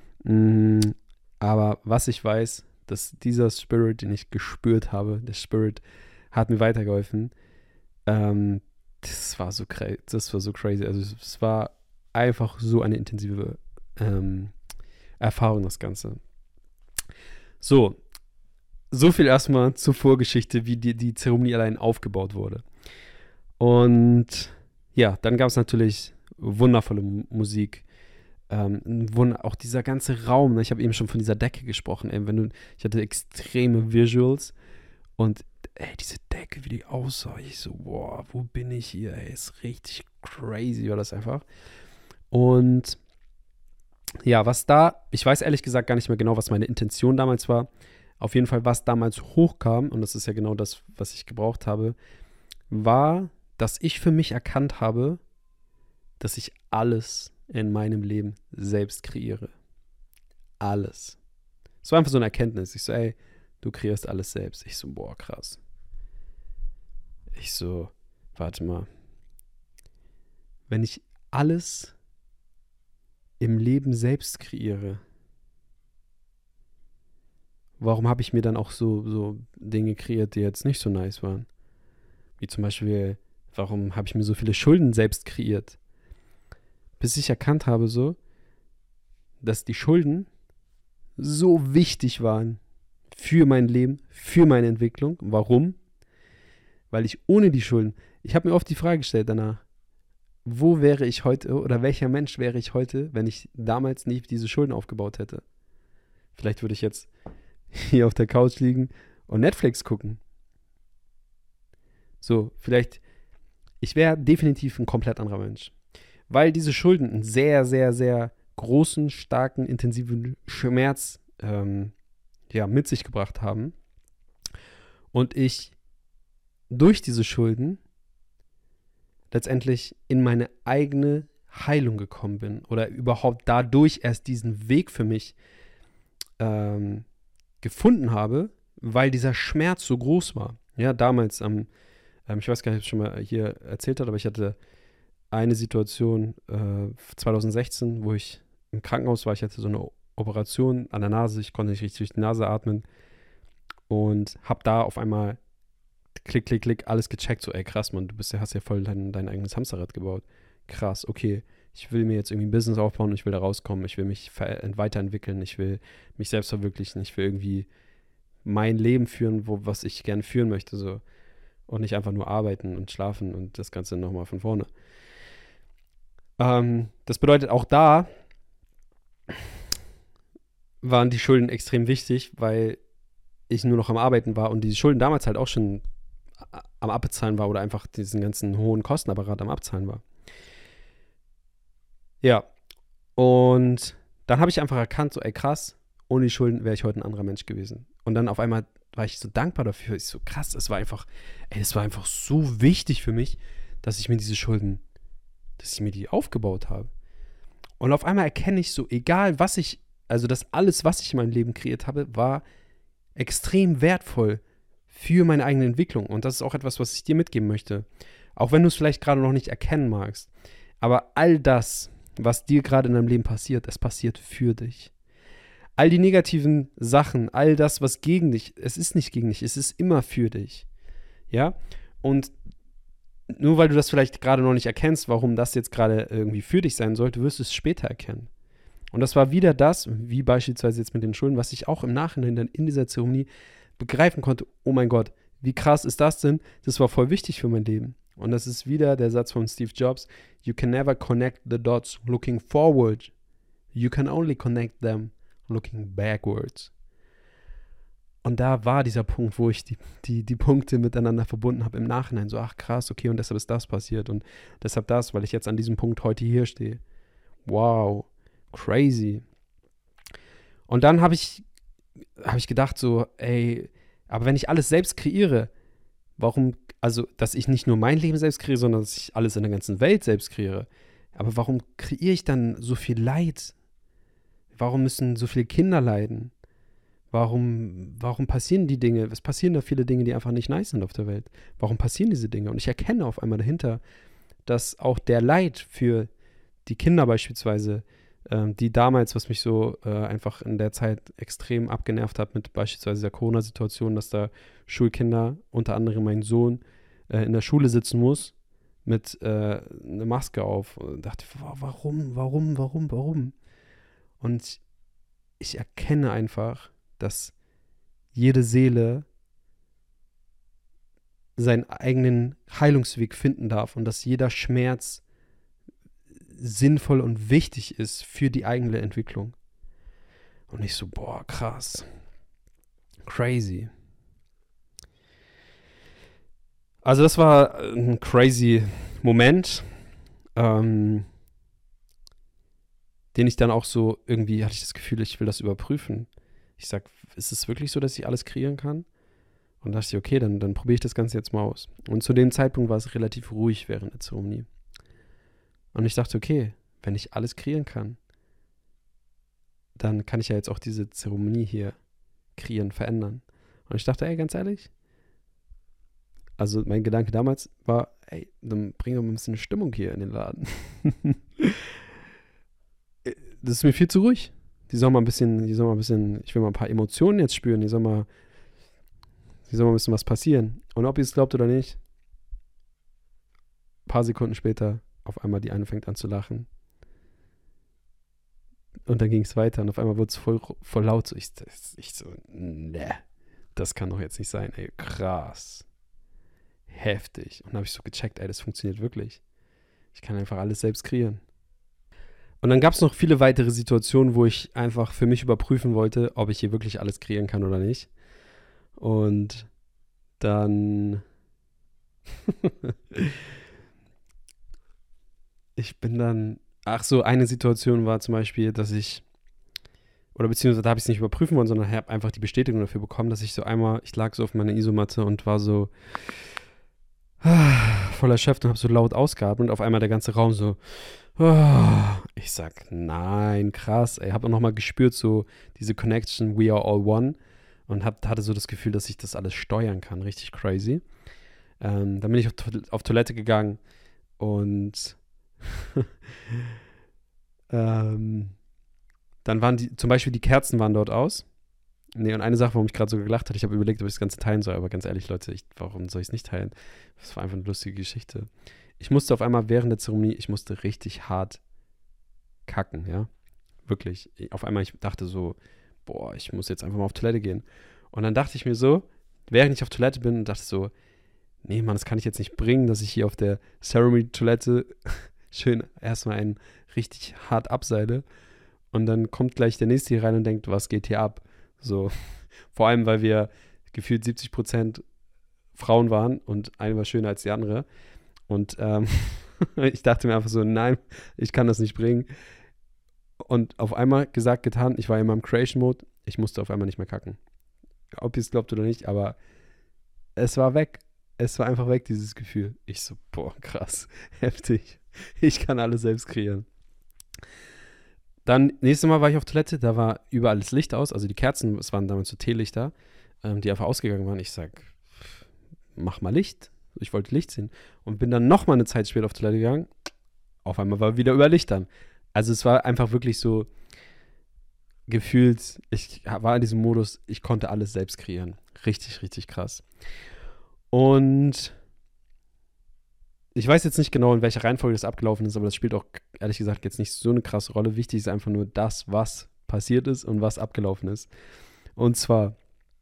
Aber was ich weiß, dass dieser Spirit, den ich gespürt habe, der Spirit hat mir weitergeholfen. Das war so crazy. Also es war einfach so eine intensive Erfahrung, das Ganze. So viel erstmal zur Vorgeschichte, wie die Zeremonie allein aufgebaut wurde. Und ja, dann gab es natürlich wundervolle Musik. Auch dieser ganze Raum, ne? Ich habe eben schon von dieser Decke gesprochen. Ich hatte extreme Visuals und diese Decke, wie die aussah, ich so, boah, wo bin ich hier? Ey, ist richtig crazy, war das einfach. Und ja, ich weiß ehrlich gesagt gar nicht mehr genau, was meine Intention damals war. Auf jeden Fall, was damals hochkam, und das ist ja genau das, was ich gebraucht habe, war, dass ich für mich erkannt habe, dass ich alles in meinem Leben selbst kreiere. Alles. Es war einfach so eine Erkenntnis. Ich so, ey, du kreierst alles selbst. Ich so, boah, krass. Ich so, warte mal. Wenn ich alles im Leben selbst kreiere, warum habe ich mir dann auch so Dinge kreiert, die jetzt nicht so nice waren? Wie zum Beispiel, warum habe ich mir so viele Schulden selbst kreiert? Bis ich erkannt habe dass die Schulden so wichtig waren für mein Leben, für meine Entwicklung. Warum? Weil ich ohne die Schulden, ich habe mir oft die Frage gestellt danach, wo wäre ich heute oder welcher Mensch wäre ich heute, wenn ich damals nicht diese Schulden aufgebaut hätte? Vielleicht würde ich jetzt hier auf der Couch liegen und Netflix gucken. So, vielleicht, ich wäre definitiv ein komplett anderer Mensch. Weil diese Schulden einen sehr, sehr, sehr großen, starken, intensiven Schmerz mit sich gebracht haben. Und ich durch diese Schulden letztendlich in meine eigene Heilung gekommen bin. Oder überhaupt dadurch erst diesen Weg für mich gefunden habe, weil dieser Schmerz so groß war. Ja, damals ich weiß gar nicht, ob ich es schon mal hier erzählt habe, aber ich hatte eine Situation 2016, wo ich im Krankenhaus war. Ich hatte so eine Operation an der Nase. Ich konnte nicht richtig durch die Nase atmen und habe da auf einmal klick, klick, klick alles gecheckt. So, ey, krass, Mann, hast ja voll dein eigenes Hamsterrad gebaut. Krass, okay. Ich will mir jetzt irgendwie ein Business aufbauen, ich will da rauskommen, ich will mich weiterentwickeln, ich will mich selbst verwirklichen, ich will irgendwie mein Leben führen, was ich gerne führen möchte, so. Und nicht einfach nur arbeiten und schlafen und das Ganze nochmal von vorne. Das bedeutet, auch da waren die Schulden extrem wichtig, weil ich nur noch am Arbeiten war und die Schulden damals halt auch schon am Abbezahlen war oder einfach diesen ganzen hohen Kostenapparat am Abzahlen war. Ja, und dann habe ich einfach erkannt, so, ey, krass, ohne die Schulden wäre ich heute ein anderer Mensch gewesen. Und dann auf einmal war ich so dankbar dafür. Ich so, krass, es war einfach so wichtig für mich, dass ich mir die aufgebaut habe. Und auf einmal erkenne ich so, egal dass alles, was ich in meinem Leben kreiert habe, war extrem wertvoll für meine eigene Entwicklung. Und das ist auch etwas, was ich dir mitgeben möchte. Auch wenn du es vielleicht gerade noch nicht erkennen magst. Aber all das, was dir gerade in deinem Leben passiert, es passiert für dich. All die negativen Sachen, all das, was gegen dich, es ist nicht gegen dich, es ist immer für dich. Ja? Und nur weil du das vielleicht gerade noch nicht erkennst, warum das jetzt gerade irgendwie für dich sein sollte, wirst du es später erkennen. Und das war wieder das, wie beispielsweise jetzt mit den Schulden, was ich auch im Nachhinein dann in dieser Zeremonie begreifen konnte. Oh mein Gott, wie krass ist das denn? Das war voll wichtig für mein Leben. Und das ist wieder der Satz von Steve Jobs. You can never connect the dots looking forward. You can only connect them looking backwards. Und da war dieser Punkt, wo ich die Punkte miteinander verbunden habe im Nachhinein. So, ach krass, okay, und deshalb ist das passiert und deshalb das, weil ich jetzt an diesem Punkt heute hier stehe. Wow, crazy. Und dann habe ich gedacht so, ey, aber wenn ich alles selbst kreiere, warum, also, dass ich nicht nur mein Leben selbst kreiere, sondern dass ich alles in der ganzen Welt selbst kreiere. Aber warum kreiere ich dann so viel Leid? Warum müssen so viele Kinder leiden? Warum passieren die Dinge? Es passieren da viele Dinge, die einfach nicht nice sind auf der Welt. Warum passieren diese Dinge? Und ich erkenne auf einmal dahinter, dass auch der Leid für die Kinder beispielsweise, die damals, was mich so einfach in der Zeit extrem abgenervt hat, mit beispielsweise der Corona-Situation, dass da Schulkinder, unter anderem mein Sohn, in der Schule sitzen muss mit einer Maske auf. Und dachte, warum? Und ich erkenne einfach, dass jede Seele seinen eigenen Heilungsweg finden darf und dass jeder Schmerz sinnvoll und wichtig ist für die eigene Entwicklung. Und ich so, boah, krass. Crazy. Also das war ein crazy Moment, den ich dann auch so, irgendwie hatte ich das Gefühl, ich will das überprüfen. Ich sag, ist es wirklich so, dass ich alles kreieren kann? Und dachte ich, okay, dann probiere ich das Ganze jetzt mal aus. Und zu dem Zeitpunkt war es relativ ruhig während der Zeremonie. Und ich dachte, okay, wenn ich alles kreieren kann, dann kann ich ja jetzt auch diese Zeremonie hier kreieren, verändern. Und ich dachte, ey, ganz ehrlich, also mein Gedanke damals war, ey, dann bringen wir mal ein bisschen Stimmung hier in den Laden. Das ist mir viel zu ruhig. Die soll mal ein bisschen, ich will mal ein paar Emotionen jetzt spüren, die soll mal ein bisschen was passieren. Und ob ihr es glaubt oder nicht, ein paar Sekunden später, auf einmal die eine fängt an zu lachen. Und dann ging es weiter und auf einmal wurde es voll laut. So, ich so, ne, das kann doch jetzt nicht sein, ey, krass. Heftig. Und dann habe ich so gecheckt, ey, das funktioniert wirklich. Ich kann einfach alles selbst kreieren. Und dann gab es noch viele weitere Situationen, wo ich einfach für mich überprüfen wollte, ob ich hier wirklich alles kreieren kann oder nicht. Und dann eine Situation war zum Beispiel, dass ich, oder beziehungsweise da habe ich es nicht überprüfen wollen, sondern habe einfach die Bestätigung dafür bekommen, dass ich ich lag so auf meiner Isomatte und war so voll erschöpft und habe so laut ausgeatmet und auf einmal der ganze Raum so, ich sag, nein, krass, ey, habe auch nochmal gespürt, so diese Connection, we are all one, und hatte so das Gefühl, dass ich das alles steuern kann, richtig crazy. Dann bin ich auf Toilette gegangen und dann waren zum Beispiel die Kerzen waren dort aus. Nee, und eine Sache, warum ich gerade so gelacht hatte, ich habe überlegt, ob ich das Ganze teilen soll, aber ganz ehrlich, Leute, warum soll ich es nicht teilen? Das war einfach eine lustige Geschichte. Ich musste auf einmal während der Zeremonie, richtig hart kacken, ja. Wirklich. Auf einmal, ich dachte so, boah, ich muss jetzt einfach mal auf Toilette gehen. Und dann dachte ich mir so, während ich auf Toilette bin, dachte so, nee, Mann, das kann ich jetzt nicht bringen, dass ich hier auf der Ceremony-Toilette schön erstmal einen richtig hart abseile. Und dann kommt gleich der Nächste hier rein und denkt, was geht hier ab? So, vor allem, weil wir gefühlt 70% Frauen waren und eine war schöner als die andere. Und ich dachte mir einfach so, nein, ich kann das nicht bringen. Und auf einmal gesagt, getan, ich war in meinem Creation-Mode, ich musste auf einmal nicht mehr kacken. Ob ihr es glaubt oder nicht, aber es war weg. Es war einfach weg, dieses Gefühl. Ich so, boah, krass, heftig. Ich kann alles selbst kreieren. Dann, nächstes Mal war ich auf Toilette, da war überall das Licht aus, also die Kerzen, es waren damals so Teelichter, die einfach ausgegangen waren. Ich sag, mach mal Licht. Ich wollte Licht sehen. Und bin dann nochmal eine Zeit später auf Toilette gegangen. Auf einmal war wieder über Lichtern. Also es war einfach wirklich so gefühlt, ich war in diesem Modus, ich konnte alles selbst kreieren. Richtig, richtig krass. Und ich weiß jetzt nicht genau, in welcher Reihenfolge das abgelaufen ist, aber das spielt auch, ehrlich gesagt, jetzt nicht so eine krasse Rolle. Wichtig ist einfach nur das, was passiert ist und was abgelaufen ist. Und zwar,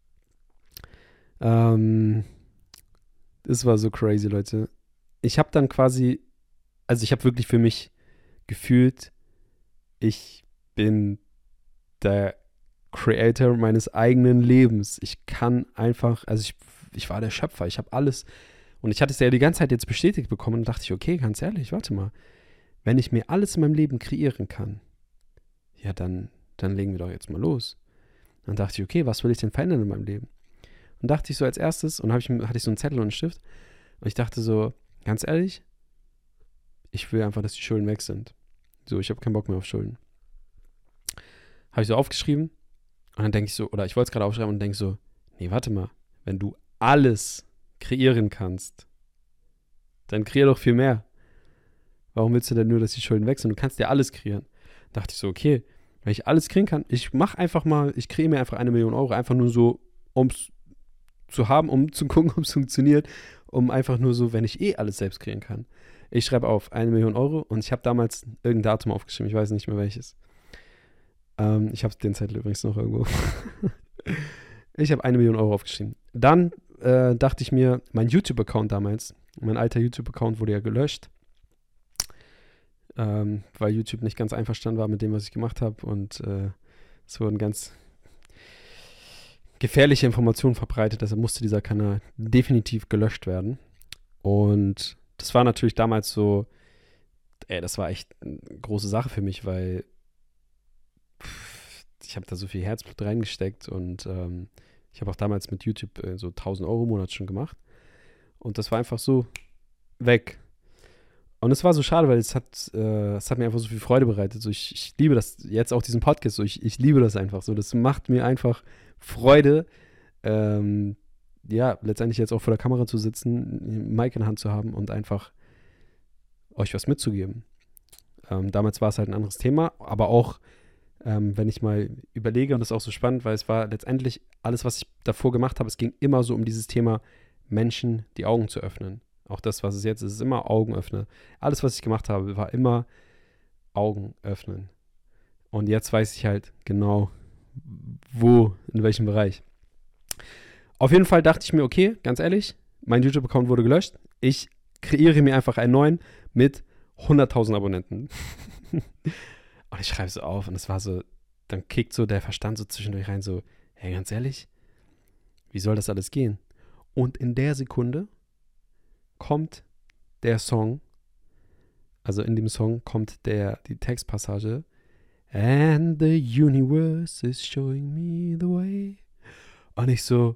es war so crazy, Leute. Ich habe dann quasi, also ich habe wirklich für mich gefühlt, ich bin der Creator meines eigenen Lebens. Ich kann einfach, also ich war der Schöpfer, ich habe alles. Und ich hatte es ja die ganze Zeit jetzt bestätigt bekommen und dachte ich, okay, ganz ehrlich, warte mal. Wenn ich mir alles in meinem Leben kreieren kann, ja, dann legen wir doch jetzt mal los. Dann dachte ich, okay, was will ich denn verändern in meinem Leben? Und dachte ich so als erstes, und hatte ich so einen Zettel und einen Stift, und ich dachte so, ganz ehrlich, ich will einfach, dass die Schulden weg sind. So, ich habe keinen Bock mehr auf Schulden. Habe ich so aufgeschrieben, und dann denke ich so, oder ich wollte es gerade aufschreiben und denke so, nee, warte mal, wenn du alles kreieren kannst, dann kreier doch viel mehr. Warum willst du denn nur, dass die Schulden weg sind? Du kannst ja alles kreieren. Dachte ich so, okay, wenn ich alles kreieren kann, ich kreiere mir einfach 1 Million Euro, einfach nur so, um es zu haben, um zu gucken, ob es funktioniert, um einfach nur so, wenn ich alles selbst kreieren kann. Ich schreibe auf 1 Million Euro und ich habe damals irgendein Datum aufgeschrieben, ich weiß nicht mehr welches. Ich habe den Zettel übrigens noch irgendwo. Ich habe 1 Million Euro aufgeschrieben. Dann dachte ich mir, mein YouTube-Account damals, mein alter YouTube-Account wurde ja gelöscht, weil YouTube nicht ganz einverstanden war mit dem, was ich gemacht habe, und es wurden ganz gefährliche Informationen verbreitet, deshalb musste dieser Kanal definitiv gelöscht werden. Und das war natürlich damals so, das war echt eine große Sache für mich, weil ich habe da so viel Herzblut reingesteckt, und ich habe auch damals mit YouTube so 1.000 Euro im Monat schon gemacht, und das war einfach so weg. Und es war so schade, weil es hat mir einfach so viel Freude bereitet. So, ich liebe das, jetzt auch diesen Podcast, so, ich liebe das einfach so. Das macht mir einfach Freude, letztendlich jetzt auch vor der Kamera zu sitzen, ein Mic in der Hand zu haben und einfach euch was mitzugeben. Damals war es halt ein anderes Thema, aber auch, wenn ich mal überlege, und das ist auch so spannend, weil es war letztendlich alles, was ich davor gemacht habe, es ging immer so um dieses Thema, Menschen die Augen zu öffnen. Auch das, was es jetzt ist, ist immer Augen öffnen. Alles, was ich gemacht habe, war immer Augen öffnen. Und jetzt weiß ich halt genau, wo, in welchem Bereich. Auf jeden Fall dachte ich mir, okay, ganz ehrlich, mein YouTube-Account wurde gelöscht. Ich kreiere mir einfach einen neuen mit 100.000 Abonnenten. Und ich schreibe so auf, und es war so, dann kickt so der Verstand so zwischendurch rein, so, hey, ganz ehrlich, wie soll das alles gehen? Und in der Sekunde kommt der Song, also in dem Song kommt die Textpassage, and the universe is showing me the way. Und ich so,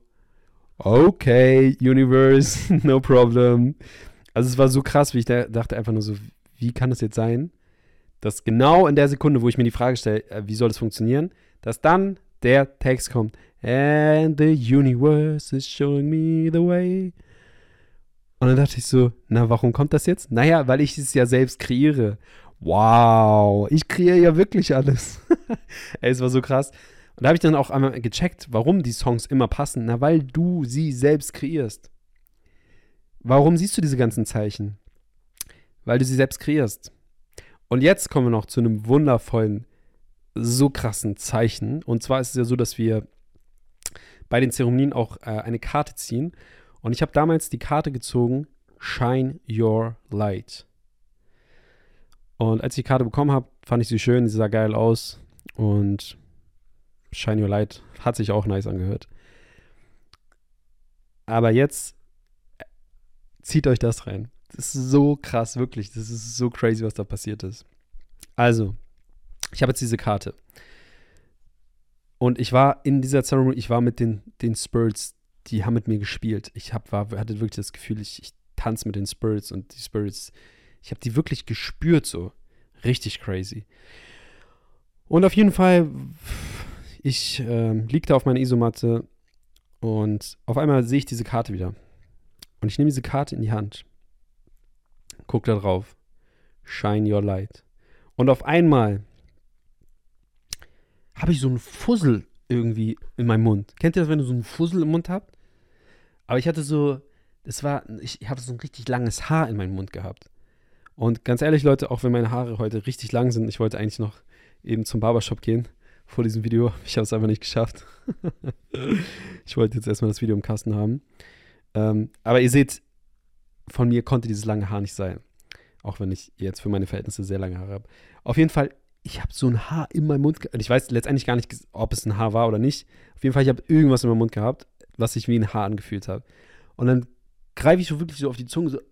okay, Universe, no problem. Also es war so krass, wie ich dachte einfach nur so, wie kann das jetzt sein, dass genau in der Sekunde, wo ich mir die Frage stelle, wie soll das funktionieren, dass dann der Text kommt, and the universe is showing me the way. Und dann dachte ich so, na, warum kommt das jetzt? Naja, weil ich es ja selbst kreiere. Wow, ich kreiere ja wirklich alles. Ey, es war so krass. Und da habe ich dann auch einmal gecheckt, warum die Songs immer passen. Na, weil du sie selbst kreierst. Warum siehst du diese ganzen Zeichen? Weil du sie selbst kreierst. Und jetzt kommen wir noch zu einem wundervollen, so krassen Zeichen. Und zwar ist es ja so, dass wir bei den Zeremonien auch eine Karte ziehen. Und ich habe damals die Karte gezogen, Shine Your Light. Und als ich die Karte bekommen habe, fand ich sie schön, sie sah geil aus. Und Shine Your Light hat sich auch nice angehört. Aber jetzt zieht euch das rein. Das ist so krass, wirklich. Das ist so crazy, was da passiert ist. Also, ich habe jetzt diese Karte. Und ich war in dieser Zeremonie, ich war mit den Spirits, die haben mit mir gespielt. Ich hatte wirklich das Gefühl, ich tanze mit den Spirits, und die Spirits, ich habe die wirklich gespürt, so richtig crazy. Und auf jeden Fall, ich liege da auf meiner Isomatte, und auf einmal sehe ich diese Karte wieder. Und ich nehme diese Karte in die Hand, gucke da drauf, Shine Your Light. Und auf einmal habe ich so einen Fussel irgendwie in meinem Mund. Kennt ihr das, wenn du so einen Fussel im Mund habt? Aber ich hatte so, ich habe so ein richtig langes Haar in meinem Mund gehabt. Und ganz ehrlich, Leute, auch wenn meine Haare heute richtig lang sind, ich wollte eigentlich noch eben zum Barbershop gehen vor diesem Video. Ich habe es einfach nicht geschafft. Ich wollte jetzt erstmal das Video im Kasten haben. Aber ihr seht, von mir konnte dieses lange Haar nicht sein. Auch wenn ich jetzt für meine Verhältnisse sehr lange Haare habe. Auf jeden Fall, ich habe so ein Haar in meinem Mund gehabt. Ich weiß letztendlich gar nicht, ob es ein Haar war oder nicht. Auf jeden Fall, ich habe irgendwas in meinem Mund gehabt, was sich wie ein Haar angefühlt hat. Und dann greife ich so wirklich so auf die Zunge, so.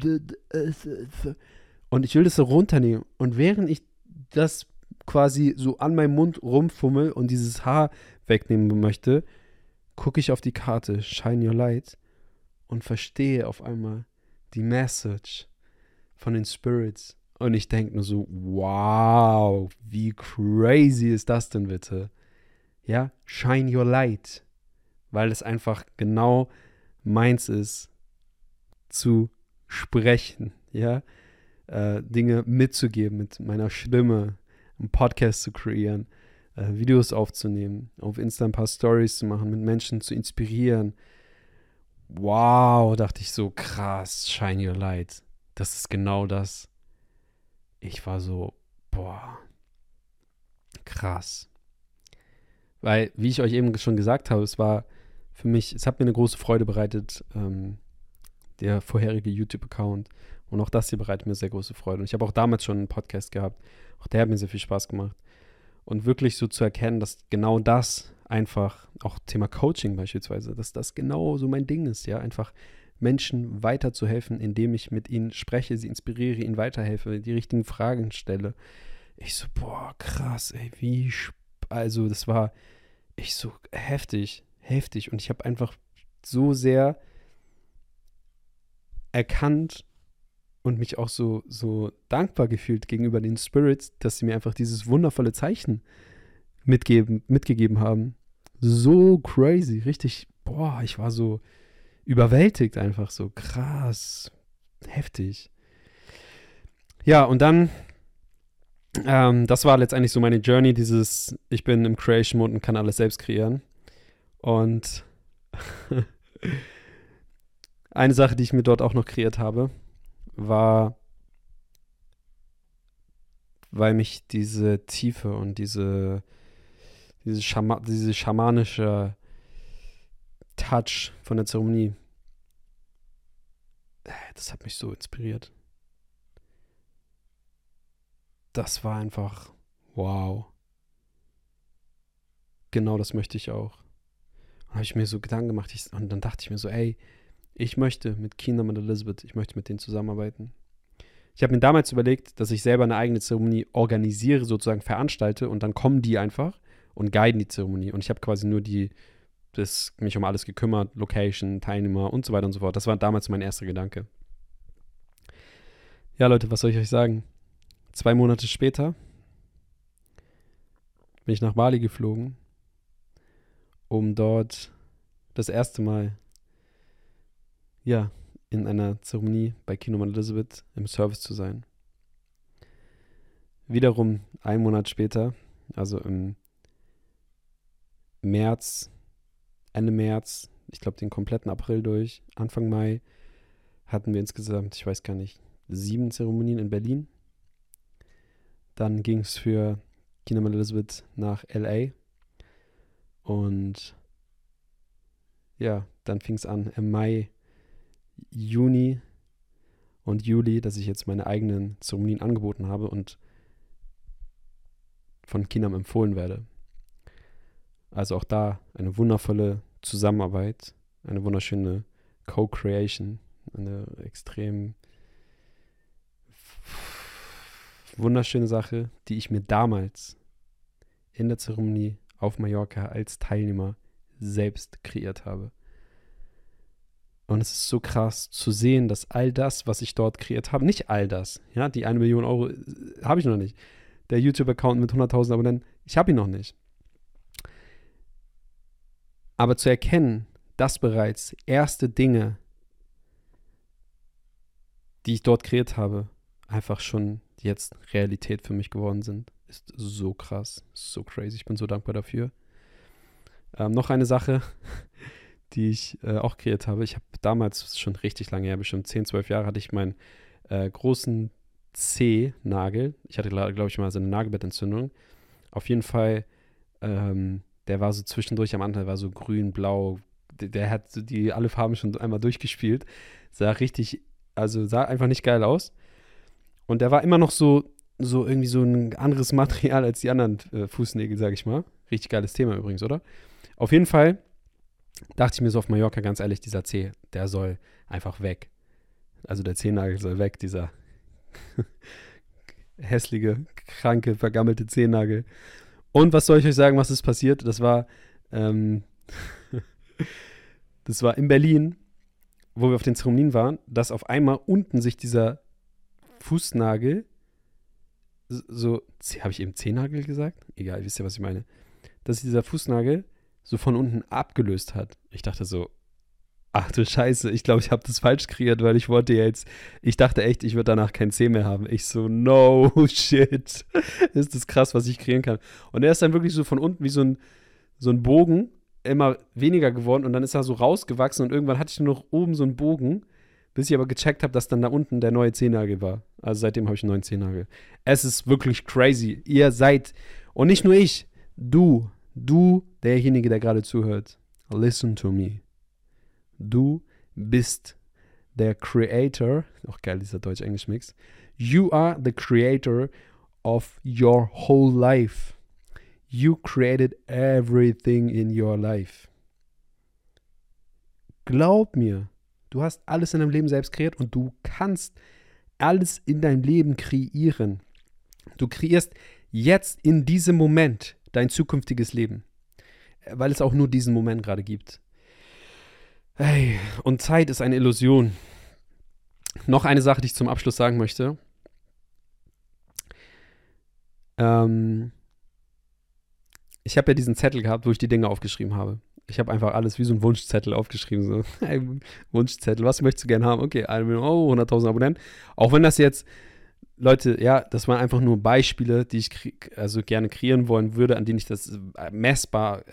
Und ich will das so runternehmen. Und während ich das quasi so an meinem Mund rumfummel und dieses Haar wegnehmen möchte, gucke ich auf die Karte, Shine Your Light, und verstehe auf einmal die Message von den Spirits. Und ich denke nur so, wow, wie crazy ist das denn bitte? Ja, Shine Your Light. Weil es einfach genau meins ist, zu sprechen, ja, Dinge mitzugeben mit meiner Stimme, einen Podcast zu kreieren, Videos aufzunehmen, auf Insta ein paar Stories zu machen, mit Menschen zu inspirieren. Wow, dachte ich so, krass, Shine Your Light. Das ist genau das. Ich war so, boah, krass. Weil, wie ich euch eben schon gesagt habe, es war für mich, es hat mir eine große Freude bereitet, der vorherige YouTube-Account. Und auch das hier bereitet mir sehr große Freude. Und ich habe auch damals schon einen Podcast gehabt. Auch der hat mir sehr viel Spaß gemacht. Und wirklich so zu erkennen, dass genau das einfach, auch Thema Coaching beispielsweise, dass das genau so mein Ding ist, ja, einfach Menschen weiterzuhelfen, indem ich mit ihnen spreche, sie inspiriere, ihnen weiterhelfe, die richtigen Fragen stelle. Ich so, boah, krass, ey, also das war, ich so, heftig. Und ich habe einfach so sehr erkannt und mich auch so dankbar gefühlt gegenüber den Spirits, dass sie mir einfach dieses wundervolle Zeichen mitgegeben haben. So crazy, richtig, boah, ich war so überwältigt einfach, so krass, heftig. Ja, und dann, das war letztendlich so meine Journey, ich bin im Creation Mode und kann alles selbst kreieren. Und eine Sache, die ich mir dort auch noch kreiert habe, war, weil mich diese Tiefe und diese schamanische Touch von der Zeremonie, das hat mich so inspiriert. Das war einfach, wow. Genau das möchte ich auch. Und habe ich mir so Gedanken gemacht und dann dachte ich mir so, ey, ich möchte mit Kingdom und Elizabeth, ich möchte mit denen zusammenarbeiten. Ich habe mir damals überlegt, dass ich selber eine eigene Zeremonie organisiere, sozusagen veranstalte und dann kommen die einfach und guiden die Zeremonie. Und ich habe quasi nur mich um alles gekümmert, Location, Teilnehmer und so weiter und so fort. Das war damals mein erster Gedanke. Ja, Leute, was soll ich euch sagen? 2 Monate später bin ich nach Bali geflogen, um dort das erste Mal, ja, in einer Zeremonie bei Kingdom und Elizabeth im Service zu sein. Wiederum 1 Monat später, also im März, Ende März, ich glaube den kompletten April durch, Anfang Mai, hatten wir insgesamt, ich weiß gar nicht, 7 Zeremonien in Berlin. Dann ging es für Kingdom und Elizabeth nach L.A. Und ja, dann fing es an im Mai, Juni und Juli, dass ich jetzt meine eigenen Zeremonien angeboten habe und von Kingdom empfohlen werde. Also auch da eine wundervolle Zusammenarbeit, eine wunderschöne Co-Creation, eine extrem wunderschöne Sache, die ich mir damals in der Zeremonie auf Mallorca als Teilnehmer selbst kreiert habe. Und es ist so krass zu sehen, dass all das, was ich dort kreiert habe, nicht all das, ja, die 1 Million Euro habe ich noch nicht. Der YouTube-Account mit 100.000 Abonnenten, ich habe ihn noch nicht. Aber zu erkennen, dass bereits erste Dinge, die ich dort kreiert habe, einfach schon jetzt Realität für mich geworden sind, ist so krass, so crazy. Ich bin so dankbar dafür. Noch eine Sache, die ich auch kreiert habe. Ich habe damals, schon richtig lange her, bestimmt 10, 12 Jahre, hatte ich meinen großen C-Nagel. Ich hatte, glaube ich, mal so eine Nagelbettentzündung. Auf jeden Fall, der war so zwischendurch am Anfang, war so grün, blau. Der hat so alle Farben schon einmal durchgespielt. Sah einfach nicht geil aus. Und der war immer noch so so irgendwie so ein anderes Material als die anderen Fußnägel, sag ich mal. Richtig geiles Thema übrigens, oder? Auf jeden Fall dachte ich mir so auf Mallorca, ganz ehrlich, dieser Zeh, der soll einfach weg. Also der Zehennagel soll weg, dieser hässliche, kranke, vergammelte Zehennagel. Und was soll ich euch sagen, was ist passiert? Ähm, das war in Berlin, wo wir auf den Zeremonien waren, dass auf einmal unten sich dieser Fußnagel so, habe ich eben Zehennagel gesagt? Egal, wisst ihr, was ich meine. Dass sich dieser Fußnagel so von unten abgelöst hat. Ich dachte so, ach du Scheiße, ich glaube, ich habe das falsch kreiert, weil ich dachte echt, ich würde danach kein Zeh mehr haben. Ich so, no shit. Ist das krass, was ich kreieren kann. Und er ist dann wirklich so von unten wie so ein Bogen immer weniger geworden und dann ist er so rausgewachsen und irgendwann hatte ich nur noch oben so einen Bogen, bis ich aber gecheckt habe, dass dann da unten der neue Zehennagel war. Also seitdem habe ich einen neuen Zehennagel. Es ist wirklich crazy. Ihr seid, und nicht nur ich, du, derjenige, der gerade zuhört, listen to me. Du bist der Creator, auch geil, dieser Deutsch-Englisch-Mix. You are the creator of your whole life. You created everything in your life. Glaub mir, du hast alles in deinem Leben selbst kreiert und du kannst alles in deinem Leben kreieren. Du kreierst jetzt in diesem Moment dein zukünftiges Leben, weil es auch nur diesen Moment gerade gibt. Hey, und Zeit ist eine Illusion. Noch eine Sache, die ich zum Abschluss sagen möchte. Ich habe ja diesen Zettel gehabt, wo ich die Dinge aufgeschrieben habe. Ich habe einfach alles wie so ein Wunschzettel aufgeschrieben. So. Hey, Wunschzettel, was möchtest du gerne haben? Okay, 1 Million Euro, 100.000 Abonnenten. Auch wenn das jetzt, Leute, ja, das waren einfach nur Beispiele, die ich gerne kreieren wollen würde, an denen ich das messbar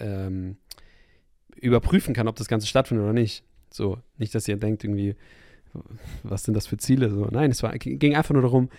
überprüfen kann, ob das Ganze stattfindet oder nicht. So, nicht, dass ihr denkt irgendwie, was sind das für Ziele? So, nein, ging einfach nur darum,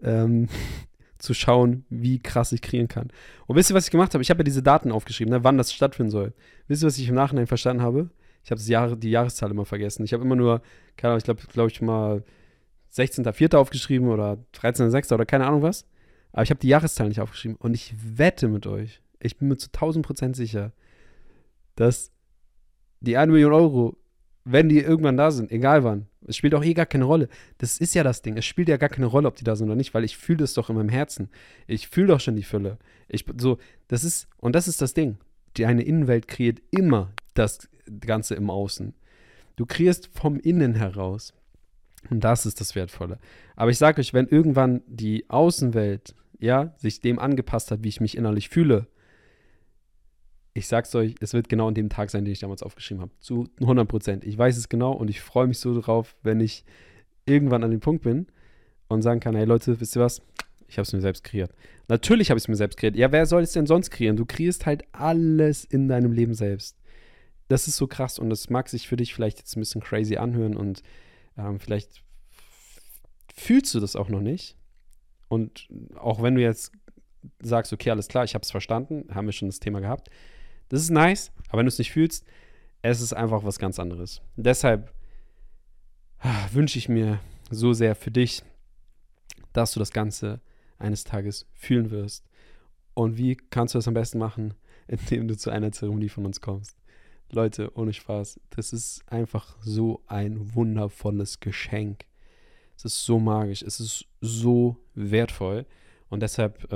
zu schauen, wie krass ich kreieren kann. Und wisst ihr, was ich gemacht habe? Ich habe ja diese Daten aufgeschrieben, ne, wann das stattfinden soll. Wisst ihr, was ich im Nachhinein verstanden habe? Ich habe die Jahreszahl immer vergessen. Ich habe immer nur, keine Ahnung, ich mal 16.04. aufgeschrieben oder 13.06. oder keine Ahnung was. Aber ich habe die Jahreszahl nicht aufgeschrieben. Und ich wette mit euch, ich bin mir zu 1000% sicher, dass die 1 Million Euro, wenn die irgendwann da sind, egal wann, es spielt auch gar keine Rolle. Das ist ja das Ding. Es spielt ja gar keine Rolle, ob die da sind oder nicht, weil ich fühle das doch in meinem Herzen. Ich fühle doch schon die Fülle. Das ist das Ding. Deine Innenwelt kreiert immer das Ganze im Außen. Du kreierst vom Innen heraus. Und das ist das Wertvolle. Aber ich sage euch, wenn irgendwann die Außenwelt, ja, sich dem angepasst hat, wie ich mich innerlich fühle, ich sag's euch, es wird genau an dem Tag sein, den ich damals aufgeschrieben habe. Zu 100%. Ich weiß es genau und ich freue mich so drauf, wenn ich irgendwann an dem Punkt bin und sagen kann, hey Leute, wisst ihr was? Ich habe es mir selbst kreiert. Natürlich habe ich es mir selbst kreiert. Ja, wer soll es denn sonst kreieren? Du kreierst halt alles in deinem Leben selbst. Das ist so krass und das mag sich für dich vielleicht jetzt ein bisschen crazy anhören und vielleicht fühlst du das auch noch nicht. Und auch wenn du jetzt sagst, okay, alles klar, ich habe es verstanden, haben wir schon das Thema gehabt. Das ist nice, aber wenn du es nicht fühlst, es ist einfach was ganz anderes. Deshalb wünsche ich mir so sehr für dich, dass du das Ganze eines Tages fühlen wirst. Und wie kannst du das am besten machen? Indem du zu einer Zeremonie von uns kommst. Leute, ohne Spaß, das ist einfach so ein wundervolles Geschenk. Es ist so magisch, es ist so wertvoll. Und deshalb,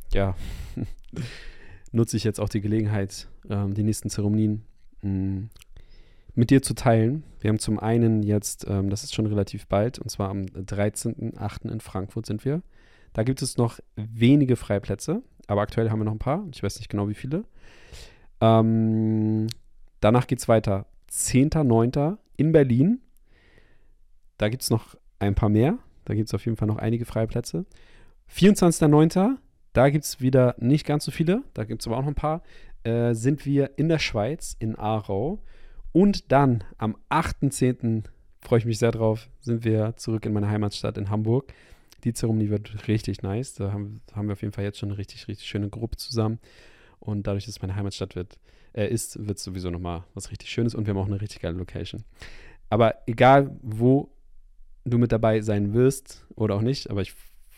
nutze ich jetzt auch die Gelegenheit, die nächsten Zeremonien mit dir zu teilen. Wir haben zum einen jetzt, das ist schon relativ bald, und zwar am 13.08. in Frankfurt sind wir. Da gibt es noch wenige Freiplätze, aber aktuell haben wir noch ein paar. Ich weiß nicht genau, wie viele. Danach geht es weiter. 10.09. in Berlin. Da gibt es noch ein paar mehr. Da gibt es auf jeden Fall noch einige Freiplätze. 24.09. Da gibt es wieder nicht ganz so viele. Da gibt es aber auch noch ein paar. Sind wir in der Schweiz, in Aarau. Und dann am 8.10. freue ich mich sehr drauf, sind wir zurück in meine Heimatstadt in Hamburg. Die Zeremonie wird richtig nice. Da haben wir auf jeden Fall jetzt schon eine richtig, richtig schöne Gruppe zusammen. Und dadurch, dass es meine Heimatstadt wird es sowieso nochmal was richtig Schönes. Und wir haben auch eine richtig geile Location. Aber egal, wo du mit dabei sein wirst oder auch nicht, aber ich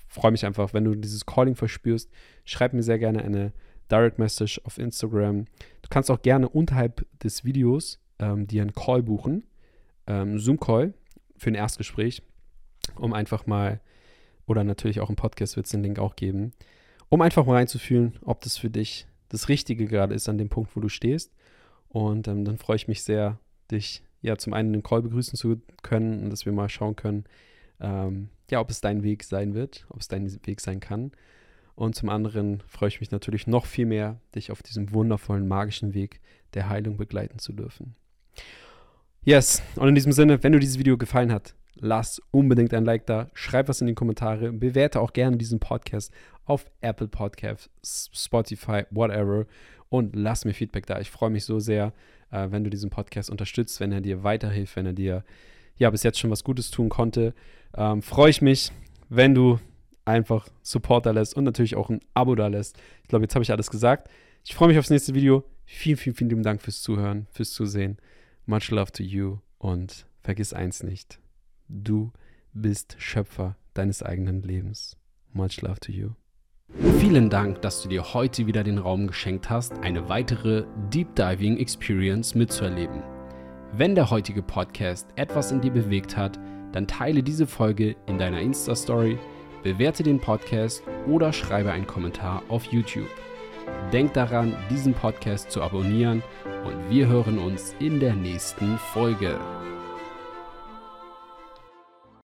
freue mich einfach, wenn du dieses Calling verspürst. Schreib mir sehr gerne eine Direct Message auf Instagram. Du kannst auch gerne unterhalb des Videos dir einen Call buchen, Zoom-Call für ein Erstgespräch, um einfach mal, oder natürlich auch im Podcast wird es den Link auch geben, um einfach mal reinzufühlen, ob das für dich das Richtige gerade ist an dem Punkt, wo du stehst. Und dann freue ich mich sehr, dich ja zum einen im Call begrüßen zu können und dass wir mal schauen können, ob es dein Weg sein wird, ob es dein Weg sein kann. Und zum anderen freue ich mich natürlich noch viel mehr, dich auf diesem wundervollen, magischen Weg der Heilung begleiten zu dürfen. Yes, und in diesem Sinne, wenn dir dieses Video gefallen hat, lass unbedingt ein Like da, schreib was in die Kommentare, bewerte auch gerne diesen Podcast auf Apple Podcasts, Spotify, whatever und lass mir Feedback da. Ich freue mich so sehr, wenn du diesen Podcast unterstützt, wenn er dir weiterhilft, wenn er dir bis jetzt schon was Gutes tun konnte. Freue ich mich, wenn du einfach Support da lässt und natürlich auch ein Abo da lässt. Ich glaube, jetzt habe ich alles gesagt. Ich freue mich aufs nächste Video. Vielen, vielen, vielen lieben Dank fürs Zuhören, fürs Zusehen. Much love to you und vergiss eins nicht. Du bist Schöpfer deines eigenen Lebens. Much love to you. Vielen Dank, dass du dir heute wieder den Raum geschenkt hast, eine weitere Deep Diving Experience mitzuerleben. Wenn der heutige Podcast etwas in dir bewegt hat, dann teile diese Folge in deiner Insta-Story, bewerte den Podcast oder schreibe einen Kommentar auf YouTube. Denk daran, diesen Podcast zu abonnieren und wir hören uns in der nächsten Folge.